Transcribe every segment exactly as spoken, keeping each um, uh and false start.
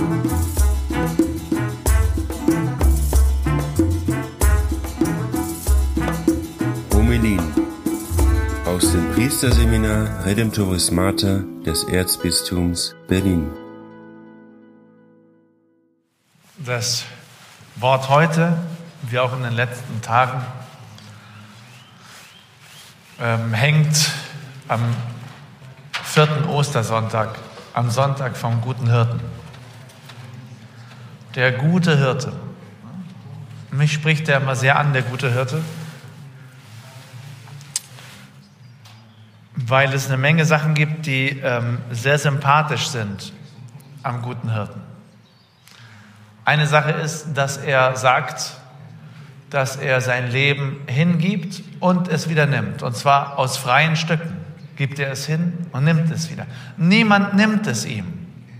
Homilien aus dem Priesterseminar Redemptoris Mater des Erzbistums Berlin. Das Wort heute, wie auch in den letzten Tagen, ähm, hängt am vierten Ostersonntag, am Sonntag vom guten Hirten. Der gute Hirte. Mich spricht der immer sehr an, der gute Hirte, weil es eine Menge Sachen gibt, die ähm, sehr sympathisch sind am guten Hirten. Eine Sache ist, dass er sagt, dass er sein Leben hingibt und es wieder nimmt. Und zwar aus freien Stücken gibt er es hin und nimmt es wieder. Niemand nimmt es ihm.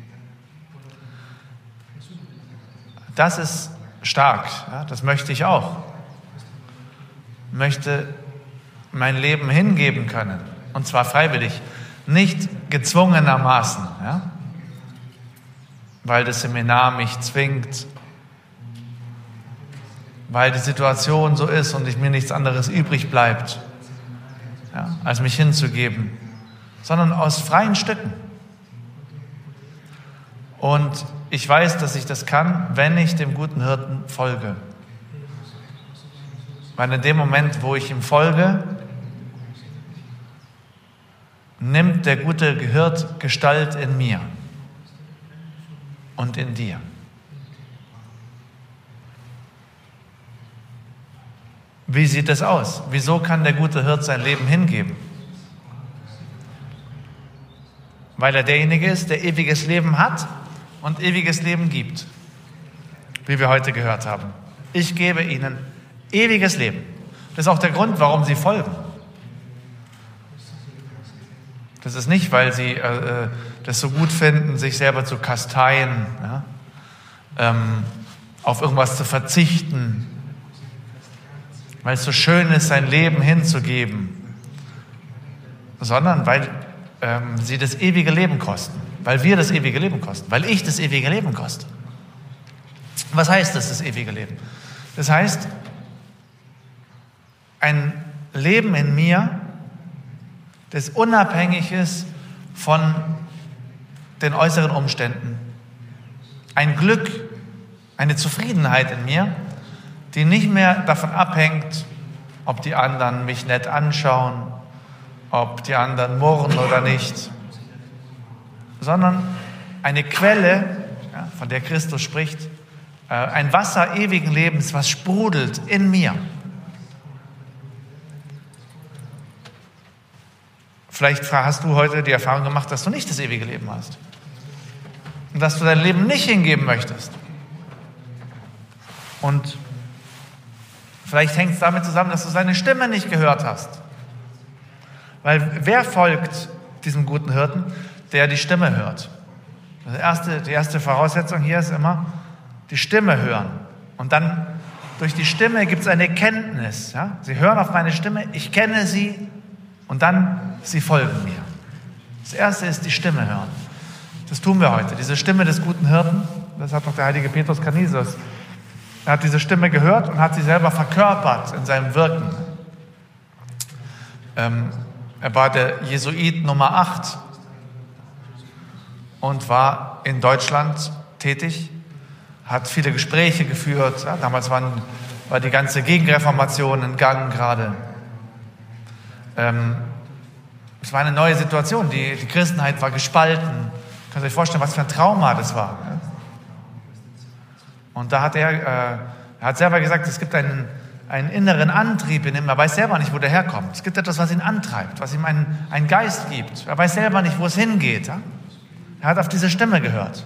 Das ist stark. Ja, das möchte ich auch. Ich möchte mein Leben hingeben können. Und zwar freiwillig. Nicht gezwungenermaßen. Ja? Weil das Seminar mich zwingt, weil die Situation so ist und ich mir nichts anderes übrig bleibt, ja, als mich hinzugeben, sondern aus freien Stücken. Und ich weiß, dass ich das kann, wenn ich dem guten Hirten folge. Weil in dem Moment, wo ich ihm folge, nimmt der gute Hirt Gestalt in mir und in dir. Wie sieht es aus? Wieso kann der gute Hirt sein Leben hingeben? Weil er derjenige ist, der ewiges Leben hat und ewiges Leben gibt. Wie wir heute gehört haben. Ich gebe ihnen ewiges Leben. Das ist auch der Grund, warum sie folgen. Das ist nicht, weil sie äh, das so gut finden, sich selber zu kasteien, ja? ähm, auf irgendwas zu verzichten, weil es so schön ist, sein Leben hinzugeben, sondern weil ähm, sie das ewige Leben kosten, weil wir das ewige Leben kosten, weil ich das ewige Leben koste. Was heißt das, das ewige Leben? Das heißt, ein Leben in mir, das unabhängig ist von den äußeren Umständen. Ein Glück, eine Zufriedenheit in mir, die nicht mehr davon abhängt, ob die anderen mich nett anschauen, ob die anderen murren oder nicht, sondern eine Quelle, ja, von der Christus spricht, äh, ein Wasser ewigen Lebens, was sprudelt in mir. Vielleicht hast du heute die Erfahrung gemacht, dass du nicht das ewige Leben hast. Und dass du dein Leben nicht hingeben möchtest. Und vielleicht hängt es damit zusammen, dass du seine Stimme nicht gehört hast. Weil wer folgt diesem guten Hirten? Der die Stimme hört. Das erste, die erste Voraussetzung hier ist immer, die Stimme hören. Und dann durch die Stimme gibt es eine Kenntnis. Ja? Sie hören auf meine Stimme, ich kenne sie und dann sie folgen mir. Das erste ist die Stimme hören. Das tun wir heute. Diese Stimme des guten Hirten, das hat doch der heilige Petrus Canisius. Er hat diese Stimme gehört und hat sie selber verkörpert in seinem Wirken. Ähm, er war der Jesuit Nummer acht und war in Deutschland tätig, hat viele Gespräche geführt. Ja, damals waren, war die ganze Gegenreformation in Gang gerade. Ähm, Es war eine neue Situation. Die, die Christenheit war gespalten. Könnt ihr euch vorstellen, was für ein Trauma das war. Und da hat er, äh, er hat selber gesagt, es gibt einen, einen inneren Antrieb in ihm. Er weiß selber nicht, wo der herkommt. Es gibt etwas, was ihn antreibt, was ihm einen, einen Geist gibt. Er weiß selber nicht, wo es hingeht. Ja? Er hat auf diese Stimme gehört.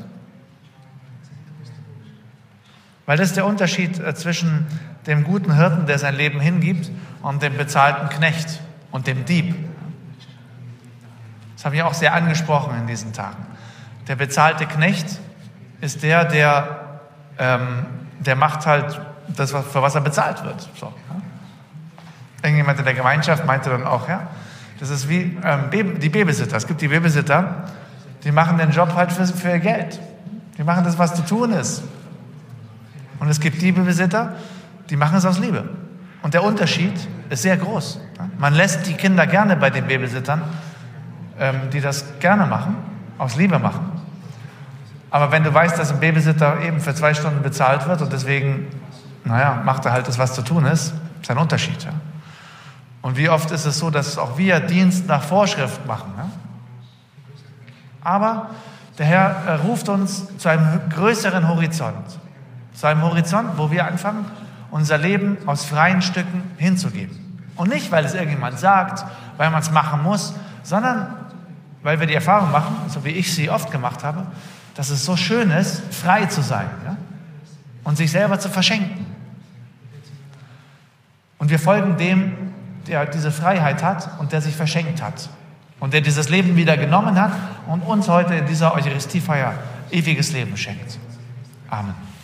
Weil das ist der Unterschied äh, zwischen dem guten Hirten, der sein Leben hingibt, und dem bezahlten Knecht und dem Dieb. Das habe ich auch sehr angesprochen in diesen Tagen. Der bezahlte Knecht ist der, der, ähm, der macht halt das, für was er bezahlt wird. So, ja? Irgendjemand in der Gemeinschaft meinte dann auch, ja, das ist wie ähm, die Babysitter. Es gibt die Babysitter, die machen den Job halt für, für ihr Geld. Die machen das, was zu tun ist. Und es gibt die Babysitter, die machen es aus Liebe. Und der Unterschied ist sehr groß. Man lässt die Kinder gerne bei den Babysittern, ähm, die das gerne machen, aus Liebe machen. Aber wenn du weißt, dass ein Babysitter eben für zwei Stunden bezahlt wird und deswegen, naja, macht er halt das, was zu tun ist, ist ein Unterschied. Ja? Und wie oft ist es so, dass auch wir Dienst nach Vorschrift machen. Ja? Aber der Herr äh, ruft uns zu einem größeren Horizont. Zu einem Horizont, wo wir anfangen, unser Leben aus freien Stücken hinzugeben. Und nicht, weil es irgendjemand sagt, weil man es machen muss, sondern weil wir die Erfahrung machen, so wie ich sie oft gemacht habe, dass es so schön ist, frei zu sein, ja? Und sich selber zu verschenken. Und wir folgen dem, der diese Freiheit hat und der sich verschenkt hat. Und der dieses Leben wieder genommen hat und uns heute in dieser Eucharistiefeier ewiges Leben schenkt. Amen.